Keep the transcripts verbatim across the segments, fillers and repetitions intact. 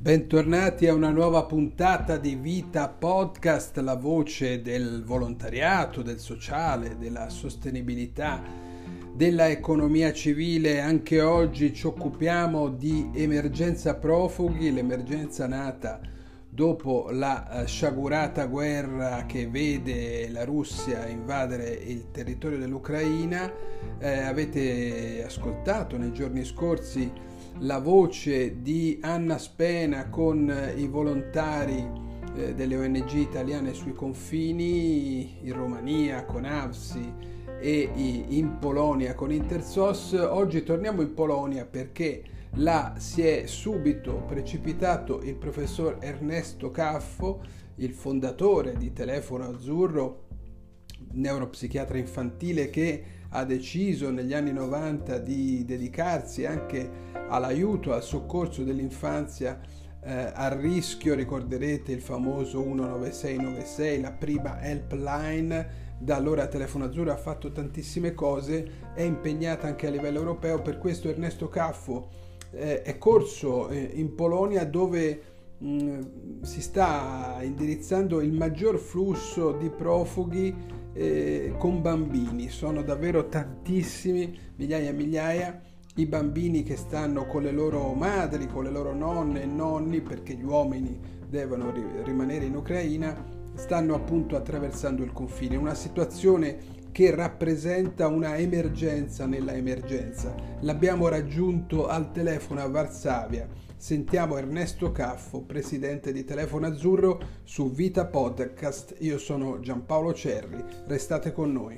Bentornati a una nuova puntata di Vita Podcast, la voce del volontariato, del sociale, della sostenibilità, della economia civile. Anche oggi ci occupiamo di emergenza profughi, l'emergenza nata dopo la sciagurata guerra che vede la Russia invadere il territorio dell'Ucraina. Eh, avete ascoltato nei giorni scorsi la voce di Anna Spena con i volontari eh, delle O N G italiane sui confini, in Romania con A V S I e in Polonia con Intersos. Oggi torniamo in Polonia perché là si è subito precipitato il professor Ernesto Caffo, il fondatore di Telefono Azzurro, neuropsichiatra infantile che ha deciso negli anni novanta di dedicarsi anche all'aiuto, al soccorso dell'infanzia eh, a rischio. Ricorderete il famoso uno nove sei nove sei, la prima helpline. Da allora Telefono Azzurro ha fatto tantissime cose, è impegnata anche a livello europeo. Per questo Ernesto Caffo eh, è corso eh, in Polonia, dove mh, si sta indirizzando il maggior flusso di profughi Eh, con bambini. Sono davvero tantissimi, migliaia e migliaia i bambini che stanno con le loro madri, con le loro nonne e nonni, perché gli uomini devono ri- rimanere in Ucraina, stanno appunto attraversando il confine. Una situazione che rappresenta una emergenza nella emergenza. L'abbiamo raggiunto al telefono a Varsavia. Sentiamo Ernesto Caffo, presidente di Telefono Azzurro, su Vita Podcast. Io sono Giampaolo Cerri, restate con noi.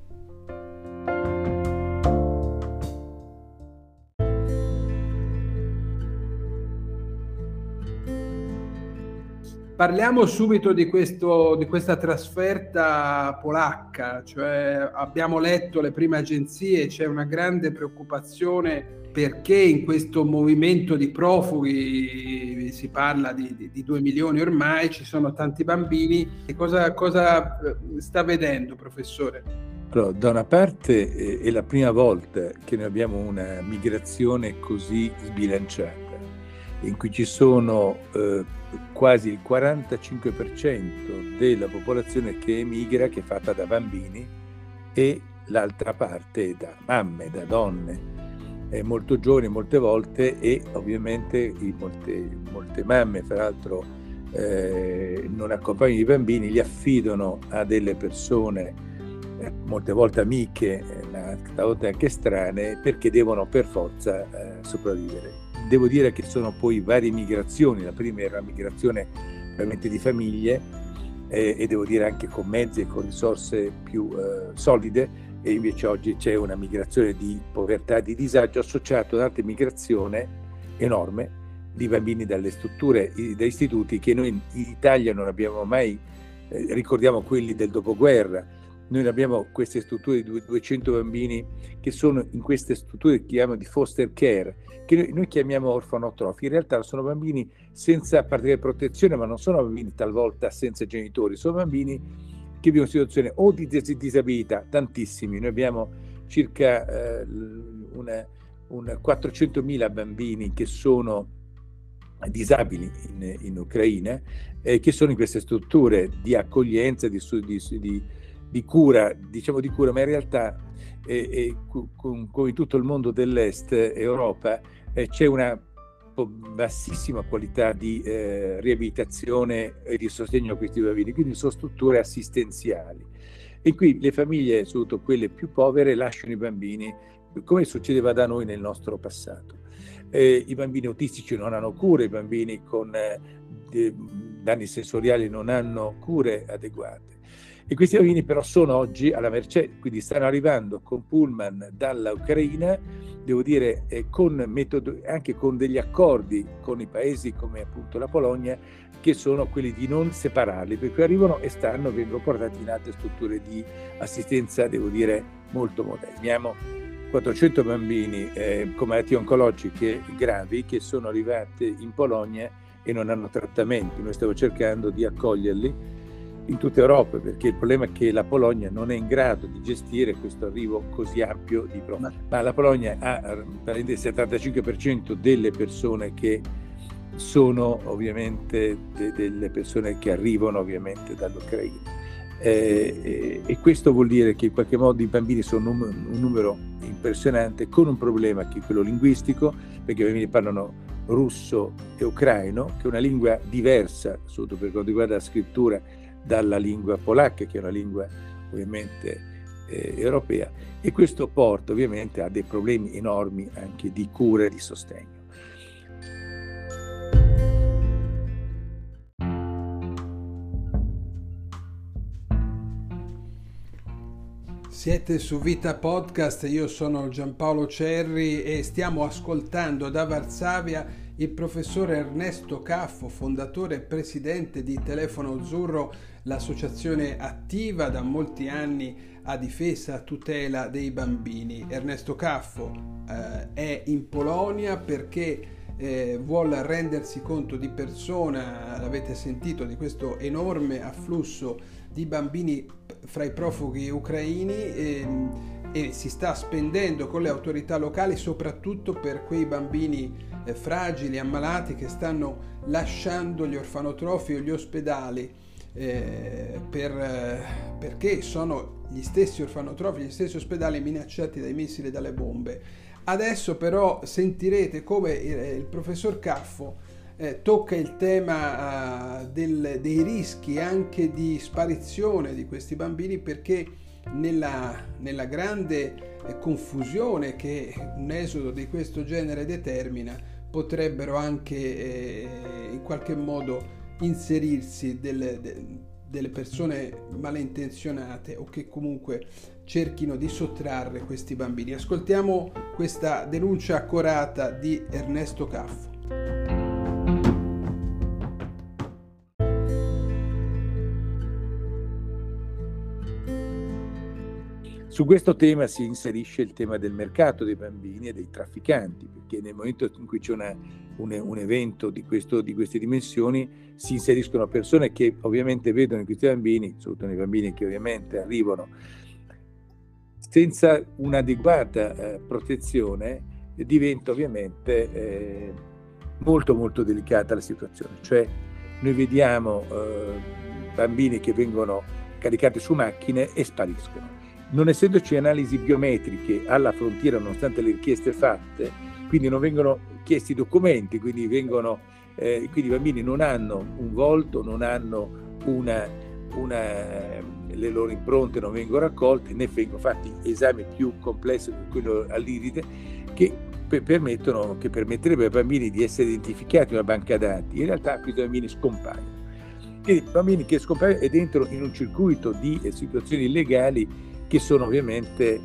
Parliamo subito di, questo, di questa trasferta polacca, cioè abbiamo letto le prime agenzie, c'è una grande preoccupazione perché in questo movimento di profughi si parla di, di, di due milioni ormai, ci sono tanti bambini. E cosa, cosa sta vedendo, professore? Allora, da una parte eh, è la prima volta che noi abbiamo una migrazione così sbilanciata, in cui ci sono eh, quasi il quarantacinque per cento della popolazione che emigra, che è fatta da bambini, e l'altra parte da mamme, da donne. Eh, molto giovani molte volte, e ovviamente i, molte, molte mamme, fra l'altro, eh, non accompagnano i bambini, li affidano a delle persone, eh, molte volte amiche, eh, a volte anche strane, perché devono per forza eh, sopravvivere. Devo dire che sono poi varie migrazioni. La prima era una migrazione veramente di famiglie, eh, e devo dire anche con mezzi e con risorse più eh, solide. E invece oggi c'è una migrazione di povertà, di disagio, associato ad un'altra migrazione enorme di bambini dalle strutture, dai istituti, che noi in Italia non abbiamo mai, eh, ricordiamo quelli del dopoguerra. Noi abbiamo queste strutture di duecento bambini che sono in queste strutture che chiamiamo di foster care, che noi, noi chiamiamo orfanotrofi. In realtà sono bambini senza particolare protezione, ma non sono bambini talvolta senza genitori, sono bambini che vivono in situazione o di disabilità, tantissimi. Noi abbiamo circa eh, una, una quattrocentomila bambini che sono disabili in, in Ucraina, eh, che sono in queste strutture di accoglienza, di, di, di, di cura, diciamo di cura, ma in realtà eh, eh, con, come in tutto il mondo dell'est Europa eh, c'è una bassissima qualità di eh, riabilitazione e di sostegno a questi bambini, quindi sono strutture assistenziali. E qui le famiglie, soprattutto quelle più povere, lasciano i bambini, come succedeva da noi nel nostro passato. Eh, I bambini autistici non hanno cure, i bambini con eh, danni sensoriali non hanno cure adeguate. E questi bambini però sono oggi alla mercé, quindi stanno arrivando con pullman dalla Ucraina, devo dire, eh, con metodo, anche con degli accordi con i paesi come appunto la Polonia, che sono quelli di non separarli, perché arrivano e stanno, vengono portati in altre strutture di assistenza, devo dire, molto moderne. Abbiamo quattrocento bambini eh, con malattie oncologiche gravi che sono arrivati in Polonia e non hanno trattamenti. Noi stiamo cercando di accoglierli in tutta Europa, perché il problema è che la Polonia non è in grado di gestire questo arrivo così ampio di profughi. Ma la Polonia ha il settantacinque per cento delle persone che sono ovviamente de- delle persone che arrivano ovviamente dall'Ucraina. Eh, e questo vuol dire che in qualche modo i bambini sono un, un numero impressionante, con un problema che è quello linguistico, perché i bambini parlano russo e ucraino, che è una lingua diversa, soprattutto per quanto riguarda la scrittura, dalla lingua polacca, che è una lingua ovviamente eh, europea, e questo porta ovviamente a dei problemi enormi anche di cura e di sostegno. Siete su Vita Podcast, io sono Giampaolo Cerri e stiamo ascoltando da Varsavia il professore Ernesto Caffo, fondatore e presidente di Telefono Azzurro, l'associazione attiva da molti anni a difesa e tutela dei bambini. Ernesto Caffo eh, è in Polonia perché eh, vuole rendersi conto di persona, l'avete sentito, di questo enorme afflusso di bambini fra i profughi ucraini e, e si sta spendendo con le autorità locali soprattutto per quei bambini eh, fragili, ammalati che stanno lasciando gli orfanotrofi o gli ospedali eh, per, eh, perché sono gli stessi orfanotrofi, gli stessi ospedali minacciati dai missili e dalle bombe. Adesso però sentirete come il, il professor Caffo Eh, tocca il tema uh, del, dei rischi anche di sparizione di questi bambini, perché nella, nella grande eh, confusione che un esodo di questo genere determina potrebbero anche eh, in qualche modo inserirsi delle, de, delle persone malintenzionate o che comunque cerchino di sottrarre questi bambini. Ascoltiamo questa denuncia accorata di Ernesto Caffo. Su questo tema si inserisce il tema del mercato dei bambini e dei trafficanti, perché nel momento in cui c'è una, un, un evento di, questo, di queste dimensioni si inseriscono persone che ovviamente vedono in questi bambini, soprattutto nei bambini che ovviamente arrivano senza un'adeguata eh, protezione, eh, diventa ovviamente eh, molto molto delicata la situazione. Cioè noi vediamo eh, bambini che vengono caricati su macchine e spariscono. Non essendoci analisi biometriche alla frontiera, nonostante le richieste fatte, quindi non vengono chiesti documenti, quindi, vengono, eh, quindi i bambini non hanno un volto, non hanno una, una, le loro impronte non vengono raccolte, né vengono fatti esami più complessi come quello all'iride, che permettono, che permetterebbero ai bambini di essere identificati in una banca dati. In realtà questi bambini scompaiono. Quindi bambini che scompaiono e dentro in un circuito di situazioni illegali che sono ovviamente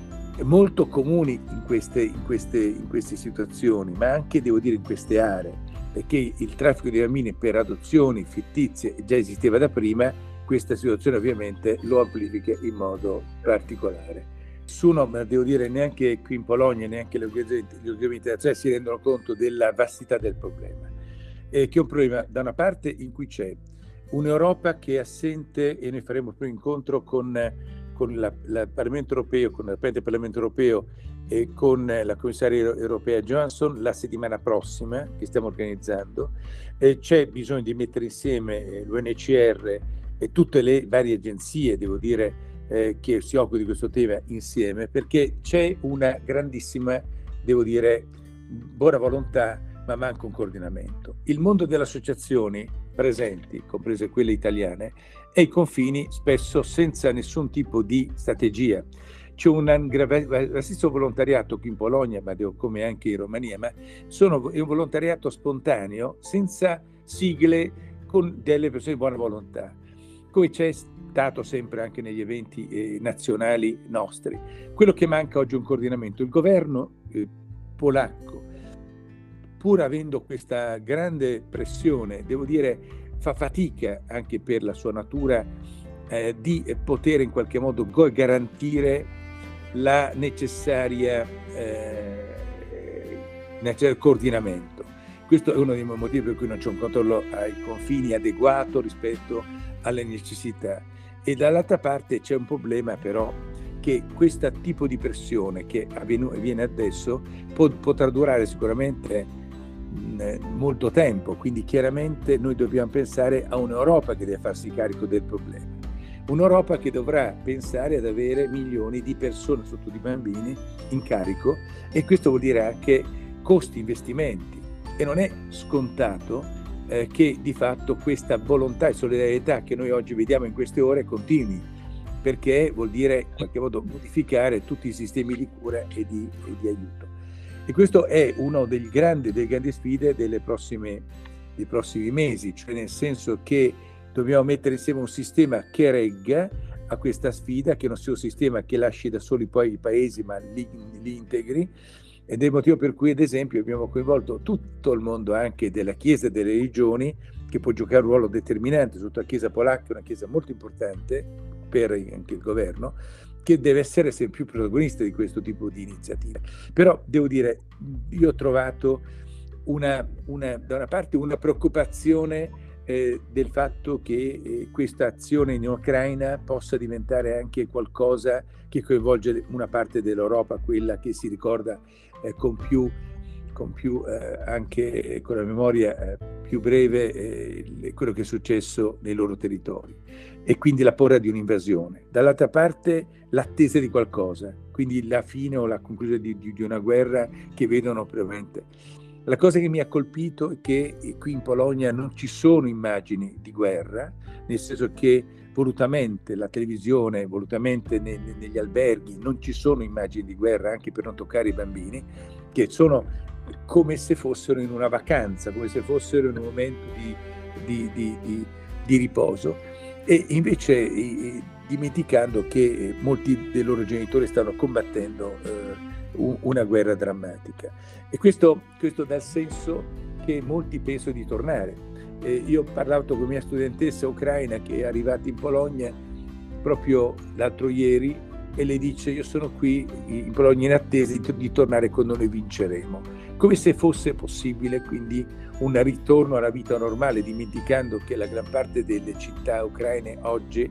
molto comuni in queste, in, queste, in queste situazioni, ma anche, devo dire, in queste aree, perché il traffico di bambini per adozioni fittizie già esisteva da prima, questa situazione ovviamente lo amplifica in modo particolare. Nessuno, ma devo dire neanche qui in Polonia, neanche le organizzazioni internazionali si rendono conto della vastità del problema, eh, che è un problema da una parte in cui c'è un'Europa che è assente, e noi faremo il primo incontro con con la, la Parlamento europeo, con il Presidente del Parlamento europeo e con la commissaria europea Johansson la settimana prossima che stiamo organizzando. Eh, c'è bisogno di mettere insieme eh, l'U N H C R e tutte le varie agenzie, devo dire, eh, che si occupano di questo tema insieme, perché c'è una grandissima, devo dire, buona volontà, ma manca un coordinamento. Il mondo delle associazioni presenti, comprese quelle italiane, e i confini spesso senza nessun tipo di strategia. C'è un vastissimo volontariato qui in Polonia, ma come anche in Romania, ma sono, è un volontariato spontaneo, senza sigle, con delle persone di buona volontà, come c'è stato sempre anche negli eventi eh, nazionali nostri. Quello che manca oggi è un coordinamento. Il governo eh, polacco, pur avendo questa grande pressione, devo dire, fa fatica anche per la sua natura eh, di poter in qualche modo garantire la necessaria eh, necessario coordinamento. Questo è uno dei motivi per cui non c'è un controllo ai confini adeguato rispetto alle necessità. E dall'altra parte c'è un problema però, che questo tipo di pressione che avviene adesso pot- potrà durare sicuramente mh, molto tempo, quindi chiaramente noi dobbiamo pensare a un'Europa che deve farsi carico del problema, un'Europa che dovrà pensare ad avere milioni di persone, soprattutto di bambini, in carico, e questo vuol dire anche costi, investimenti, e non è scontato eh, che di fatto questa volontà e solidarietà che noi oggi vediamo in queste ore continui, perché vuol dire in qualche modo modificare tutti i sistemi di cura e di, e di aiuto. E questo è uno dei grandi, delle grandi sfide delle prossime, dei prossimi mesi, cioè nel senso che dobbiamo mettere insieme un sistema che regga a questa sfida, che non sia un sistema che lasci da soli poi i paesi, ma li, li integri. Ed è il motivo per cui, ad esempio, abbiamo coinvolto tutto il mondo anche della Chiesa e delle religioni, che può giocare un ruolo determinante, soprattutto la Chiesa polacca, una Chiesa molto importante per anche il governo, che deve essere sempre più protagonista di questo tipo di iniziative. Però devo dire, io ho trovato una, una, da una parte una preoccupazione eh, del fatto che eh, questa azione in Ucraina possa diventare anche qualcosa che coinvolge una parte dell'Europa, quella che si ricorda eh, con più, con più eh, anche con la memoria eh, più breve eh, quello che è successo nei loro territori, e quindi la paura di un'invasione. Dall'altra parte l'attesa di qualcosa, quindi la fine o la conclusione di, di, di una guerra che vedono veramente. La cosa che mi ha colpito è che qui in Polonia non ci sono immagini di guerra, nel senso che volutamente la televisione, volutamente ne, ne, negli alberghi non ci sono immagini di guerra, anche per non toccare i bambini, che sono come se fossero in una vacanza, come se fossero in un momento di, di, di, di, di riposo, e invece eh, dimenticando che eh, molti dei loro genitori stanno combattendo eh, una guerra drammatica. E questo, questo dà il senso che molti pensano di tornare. Eh, io ho parlato con mia studentessa ucraina che è arrivata in Polonia proprio l'altro ieri, e le dice: io sono qui in Polonia in attesa di, di tornare quando noi vinceremo, come se fosse possibile quindi un ritorno alla vita normale, dimenticando che la gran parte delle città ucraine oggi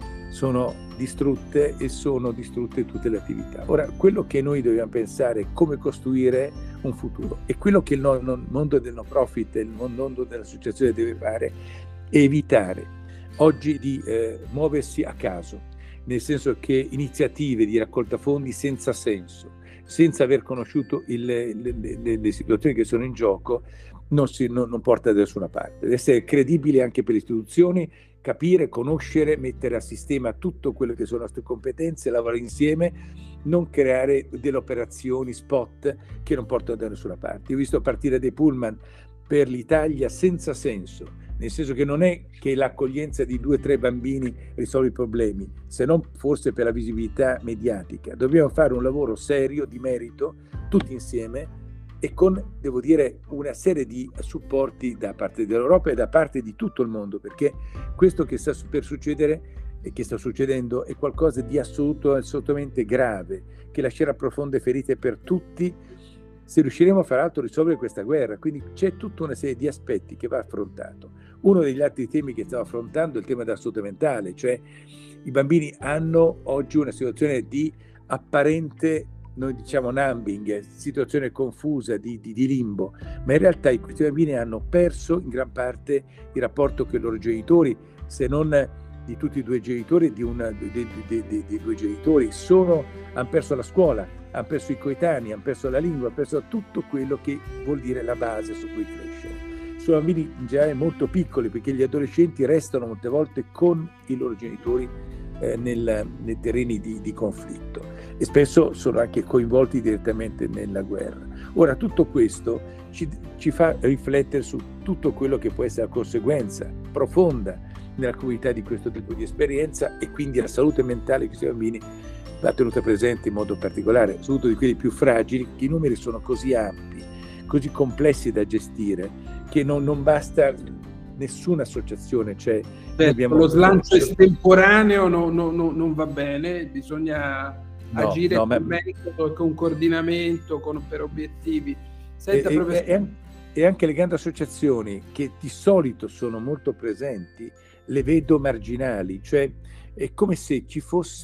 sono distrutte, e sono distrutte tutte le attività. Ora, quello che noi dobbiamo pensare è come costruire un futuro, e quello che il mondo del no profit, il mondo dell'associazione deve fare è evitare oggi di eh, muoversi a caso, nel senso che iniziative di raccolta fondi senza senso, senza aver conosciuto il, le, le, le situazioni che sono in gioco, non, si, non, non porta da nessuna parte. Deve essere credibile anche per le istituzioni, capire, conoscere, mettere a sistema tutto quello che sono le nostre competenze, lavorare insieme, non creare delle operazioni spot che non portano da nessuna parte. Io ho visto partire dei pullman per l'Italia senza senso, nel senso che non è che l'accoglienza di due o tre bambini risolve i problemi, se non forse per la visibilità mediatica. Dobbiamo fare un lavoro serio, di merito, tutti insieme, e con, devo dire, una serie di supporti da parte dell'Europa e da parte di tutto il mondo, perché questo che sta per succedere e che sta succedendo è qualcosa di assoluto, assolutamente grave, che lascerà profonde ferite per tutti se riusciremo a far altro risolvere questa guerra. Quindi c'è tutta una serie di aspetti che va affrontato. Uno degli altri temi che stiamo affrontando è il tema della salute mentale, cioè i bambini hanno oggi una situazione di apparente, noi diciamo numbing, situazione confusa di, di, di limbo, ma in realtà questi bambini hanno perso in gran parte il rapporto con i loro genitori, se non di tutti e due i genitori, di, una, di, di, di, di, di due genitori, sono, hanno perso la scuola, hanno perso i coetanei, hanno perso la lingua, hanno perso tutto quello che vuol dire la base su cui crescere. Sono bambini in generale molto piccoli, perché gli adolescenti restano molte volte con i loro genitori eh, nel, nei terreni di, di conflitto, e spesso sono anche coinvolti direttamente nella guerra. Ora, tutto questo ci, ci fa riflettere su tutto quello che può essere la conseguenza profonda nella comunità di questo tipo di esperienza, e quindi la salute mentale di questi bambini va tenuta presente in modo particolare, soprattutto di quelli più fragili, che i numeri sono così ampi, così complessi da gestire, che non, non basta nessuna associazione. Cioè, Beh, abbiamo lo slancio estemporaneo no, no, no, non va bene, bisogna no, agire no, con ma... metodo, con coordinamento, con, per obiettivi. Senta, e, e, e anche le grandi associazioni, che di solito sono molto presenti, le vedo marginali, cioè è come se ci fosse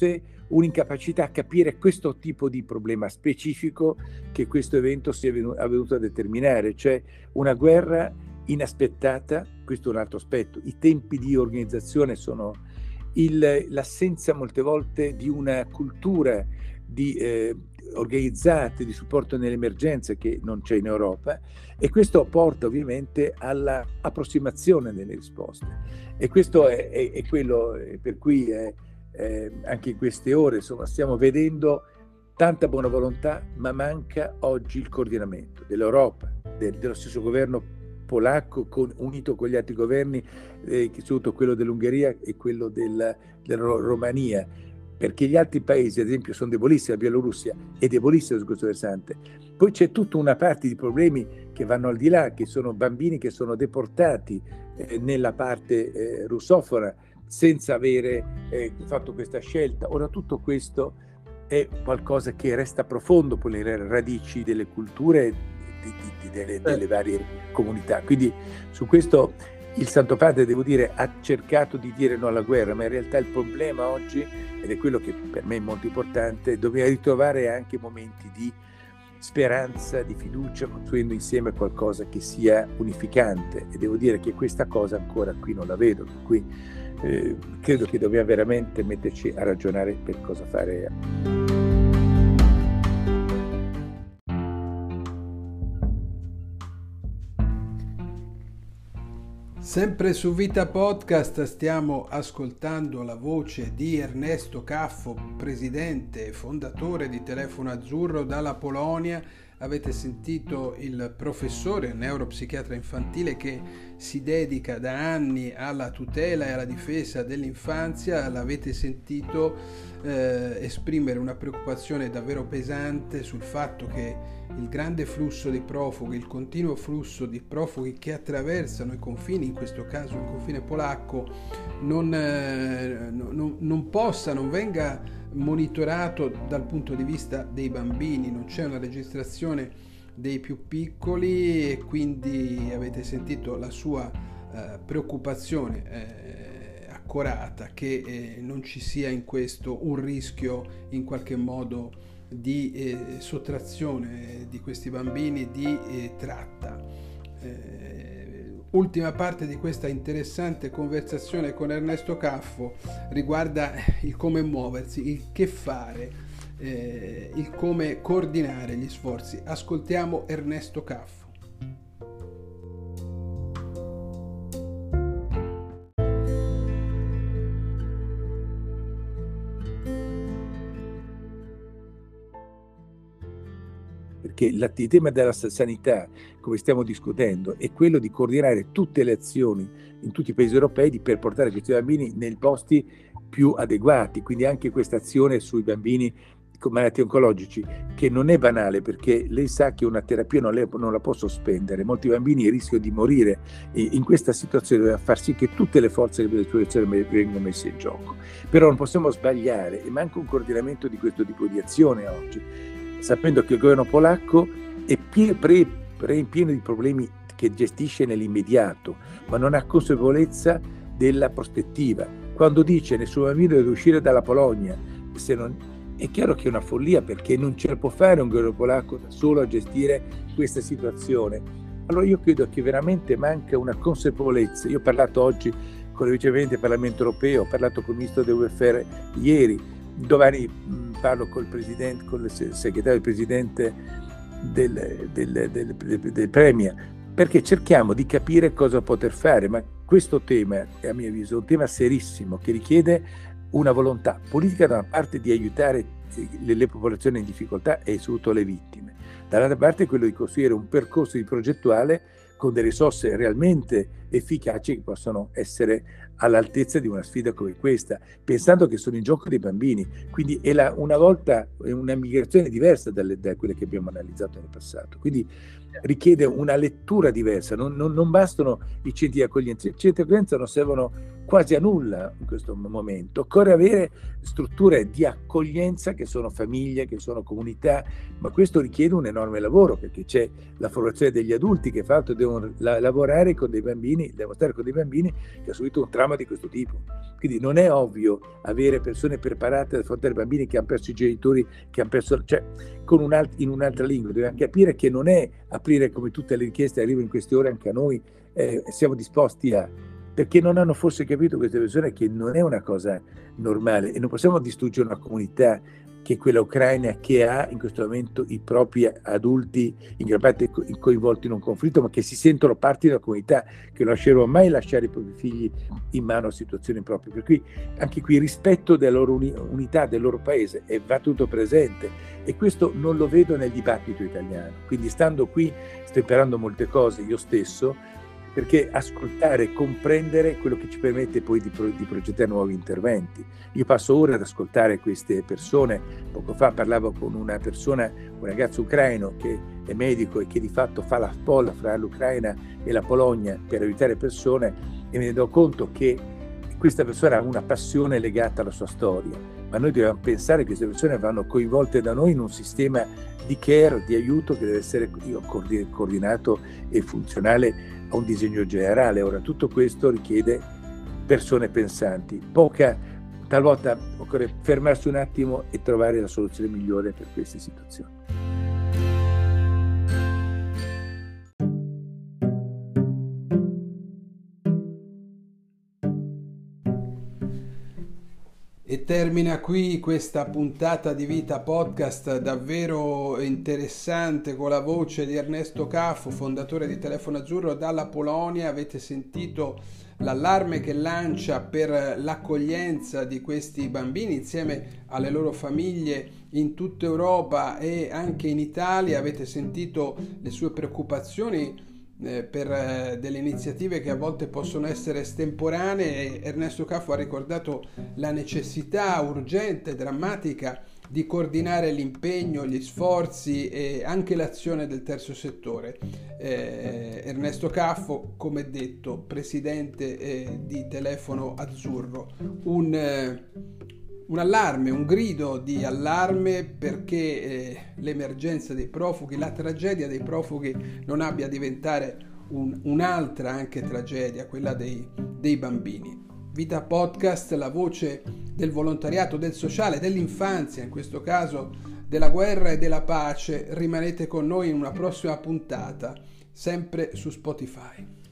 un'incapacità a capire questo tipo di problema specifico che questo evento si è venuto, ha venuto a determinare, cioè una guerra inaspettata. Questo è un altro aspetto. I tempi di organizzazione sono il, l'assenza molte volte di una cultura di eh, organizzata, di supporto nelle emergenze che non c'è in Europa, e questo porta ovviamente all'approssimazione delle risposte, e questo è, è, è quello per cui è, è, anche in queste ore insomma, stiamo vedendo tanta buona volontà, ma manca oggi il coordinamento dell'Europa, del, dello stesso governo polacco con, unito con gli altri governi, eh, soprattutto quello dell'Ungheria e quello della, della Romania, perché gli altri paesi, ad esempio, sono debolissimi. La Bielorussia è debolissima su questo versante. Poi c'è tutta una parte di problemi che vanno al di là, che sono bambini che sono deportati eh, nella parte eh, russofona senza avere eh, fatto questa scelta. Ora, tutto questo è qualcosa che resta profondo per le radici delle culture di, di, di, delle, delle varie comunità. Quindi su questo il Santo Padre, devo dire, ha cercato di dire no alla guerra, ma in realtà il problema oggi, ed è quello che per me è molto importante, dobbiamo ritrovare anche momenti di speranza, di fiducia, costruendo insieme qualcosa che sia unificante, e devo dire che questa cosa ancora qui non la vedo, per cui eh, credo che dobbiamo veramente metterci a ragionare per cosa fare. Sempre su Vita Podcast stiamo ascoltando la voce di Ernesto Caffo, presidente e fondatore di Telefono Azzurro dalla Polonia. Avete sentito il professore neuropsichiatra infantile che si dedica da anni alla tutela e alla difesa dell'infanzia. L'avete sentito eh, esprimere una preoccupazione davvero pesante sul fatto che il grande flusso di profughi, il continuo flusso di profughi che attraversano i confini, in questo caso il confine polacco, non, eh, non, non possa, non venga monitorato dal punto di vista dei bambini. Non c'è una registrazione dei più piccoli, e quindi avete sentito la sua eh, preoccupazione eh, accorata che eh, non ci sia in questo un rischio in qualche modo di eh, sottrazione di questi bambini, di eh, tratta. Eh, ultima parte di questa interessante conversazione con Ernesto Caffo riguarda il come muoversi, il che fare, eh, il come coordinare gli sforzi. Ascoltiamo Ernesto Caffo. Perché il tema della sanità, come stiamo discutendo, è quello di coordinare tutte le azioni in tutti i paesi europei per portare questi bambini nei posti più adeguati. Quindi anche questa azione sui bambini con malattie oncologici, che non è banale, perché lei sa che una terapia non, le, non la può sospendere. Molti bambini rischiano di morire, e in questa situazione deve far sì che tutte le forze della situazione vengano messe in gioco. Però non possiamo sbagliare, e manca un coordinamento di questo tipo di azione oggi, sapendo che il governo polacco è pieno, pre, pre, pieno di problemi che gestisce nell'immediato, ma non ha consapevolezza della prospettiva. Quando dice nessun bambino deve uscire dalla Polonia, se non, è chiaro che è una follia, perché non ce la può fare un governo polacco da solo a gestire questa situazione. Allora io credo che veramente manca una consapevolezza. Io ho parlato oggi con il vicepresidente del Parlamento europeo, ho parlato con il ministro del welfare ieri, domani mh, parlo col presidente, con il segretario del presidente del, del, del, del, del Premier, perché cerchiamo di capire cosa poter fare. Ma questo tema è, a mio avviso, un tema serissimo che richiede una volontà politica da una parte di aiutare le, le popolazioni in difficoltà e soprattutto le vittime, dall'altra parte quello di costruire un percorso di progettuale con delle risorse realmente efficaci che possono essere all'altezza di una sfida come questa, pensando che sono in gioco dei bambini. Quindi è la, una volta è una migrazione diversa dalle, da quelle che abbiamo analizzato nel passato, quindi richiede una lettura diversa. Non, non, non bastano i centri di accoglienza, i centri di accoglienza non servono quasi a nulla in questo momento. Occorre avere strutture di accoglienza che sono famiglie, che sono comunità, ma questo richiede un enorme lavoro, perché c'è la formazione degli adulti che fra l'altro devono la, lavorare con dei bambini bambini, devo stare con dei bambini che hanno subito un trauma di questo tipo. Quindi non è ovvio avere persone preparate ad affrontare bambini che hanno perso i genitori, che hanno perso, cioè con un alt- in un'altra lingua. Dobbiamo capire che non è aprire, come tutte le richieste arrivano in queste ore anche a noi, eh, siamo disposti a, perché non hanno forse capito queste persone che non è una cosa normale e non possiamo distruggere una comunità che è quella ucraina, che ha in questo momento i propri adulti in gran parte coinvolti in un conflitto, ma che si sentono parte della comunità, che non lasceranno mai lasciare i propri figli in mano a situazioni proprie. Per cui anche qui il rispetto della loro uni- unità, del loro paese, e va tutto presente, e questo non lo vedo nel dibattito italiano. Quindi stando qui sto imparando molte cose io stesso, perché ascoltare e comprendere quello che ci permette poi di, pro- di progettare nuovi interventi. Io passo ore ad ascoltare queste persone. Poco fa parlavo con una persona, un ragazzo ucraino che è medico e che di fatto fa la spola fra l'Ucraina e la Polonia per aiutare persone, e mi rendo conto che questa persona ha una passione legata alla sua storia, ma noi dobbiamo pensare che queste persone vanno coinvolte da noi in un sistema di care, di aiuto, che deve essere coordinato e funzionale a un disegno generale. Ora, tutto questo richiede persone pensanti, poca, talvolta occorre fermarsi un attimo e trovare la soluzione migliore per queste situazioni. E termina qui questa puntata di Vita Podcast davvero interessante, con la voce di Ernesto Caffo, fondatore di Telefono Azzurro dalla Polonia. Avete sentito l'allarme che lancia per l'accoglienza di questi bambini insieme alle loro famiglie in tutta Europa e anche in Italia. Avete sentito le sue preoccupazioni eh, per eh, delle iniziative che a volte possono essere estemporanee. Ernesto Caffo ha ricordato la necessità urgente, drammatica, di coordinare l'impegno, gli sforzi e anche l'azione del terzo settore. Eh, Ernesto Caffo, come detto, presidente eh, di Telefono Azzurro. Un, eh, un allarme, un grido di allarme perché eh, l'emergenza dei profughi, la tragedia dei profughi non abbia a diventare un, un'altra anche tragedia, quella dei, dei bambini. Vita Podcast, la voce del volontariato, del sociale, dell'infanzia, in questo caso della guerra e della pace. Rimanete con noi in una prossima puntata, sempre su Spotify.